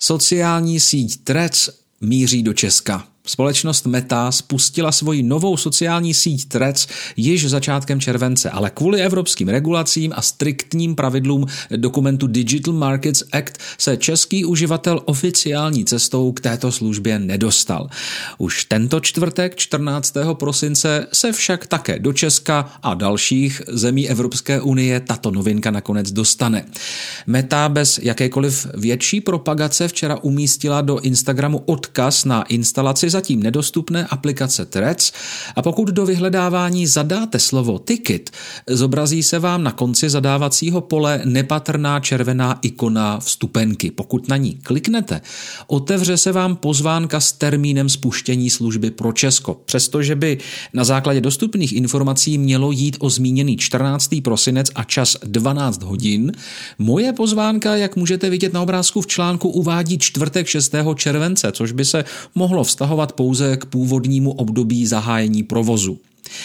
Sociální síť Threads míří do Česka. Společnost Meta spustila svoji novou sociální síť Threads již začátkem července, ale kvůli evropským regulacím a striktním pravidlům dokumentu Digital Markets Act se český uživatel oficiální cestou k této službě nedostal. Už tento čtvrtek 14. prosince se však také do Česka a dalších zemí Evropské unie tato novinka nakonec dostane. Meta bez jakékoliv větší propagace včera umístila do Instagramu odkaz na instalaci zatím nedostupné aplikace Threads a pokud do vyhledávání zadáte slovo ticket, zobrazí se vám na konci zadávacího pole nepatrná červená ikona vstupenky. Pokud na ní kliknete, otevře se vám pozvánka s termínem spuštění služby pro Česko. Přestože by na základě dostupných informací mělo jít o zmíněný 14. prosinec a čas 12 hodin, moje pozvánka, jak můžete vidět na obrázku v článku, uvádí čtvrtek 6. července, což by se mohlo vztahovat pouze k původnímu období zahájení provozu.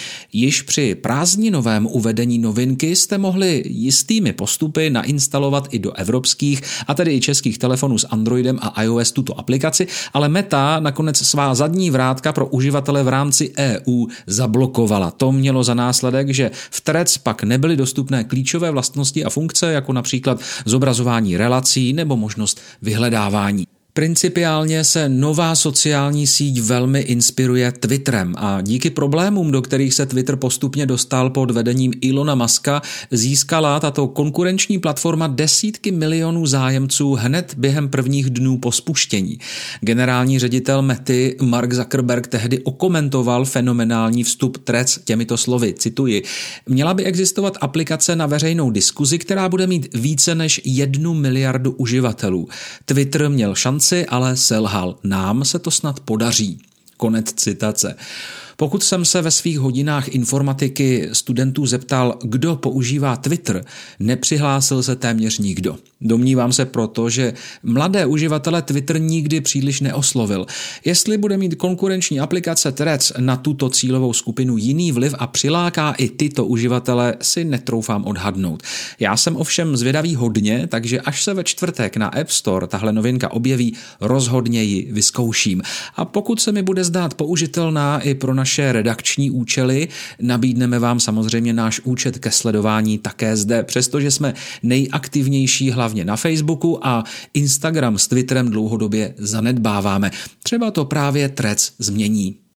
Již při prázdninovém uvedení novinky jste mohli jistými postupy nainstalovat i do evropských, a tedy i českých telefonů s Androidem a iOS tuto aplikaci, ale Meta nakonec svá zadní vrátka pro uživatele v rámci EU zablokovala. To mělo za následek, že v Threads pak nebyly dostupné klíčové vlastnosti a funkce, jako například zobrazování relací nebo možnost vyhledávání. Principiálně se nová sociální síť velmi inspiruje Twitterem a díky problémům, do kterých se Twitter postupně dostal pod vedením Elona Muska, získala tato konkurenční platforma desítky milionů zájemců hned během prvních dnů po spuštění. Generální ředitel Mety Mark Zuckerberg tehdy okomentoval fenomenální vstup Threads těmito slovy, cituji: "Měla by existovat aplikace na veřejnou diskuzi, která bude mít více než 1 miliardu uživatelů. Twitter měl šanci, ale selhal. Nám se to snad podaří." Konec citace. Pokud jsem se ve svých hodinách informatiky studentů zeptal, kdo používá Twitter, nepřihlásil se téměř nikdo. Domnívám se proto, že mladé uživatele Twitter nikdy příliš neoslovil. Jestli bude mít konkurenční aplikace Threads na tuto cílovou skupinu jiný vliv a přiláká i tyto uživatele, si netroufám odhadnout. Já jsem ovšem zvědavý hodně, takže až se ve čtvrtek na App Store tahle novinka objeví, rozhodně ji vyzkouším. A pokud se mi bude zdát použitelná i pro naše redakční účely, nabídneme vám samozřejmě náš účet ke sledování také zde, přestože jsme nejaktivnější hlavně na Facebooku a Instagram s Twitterem dlouhodobě zanedbáváme. Třeba to právě Threads změní.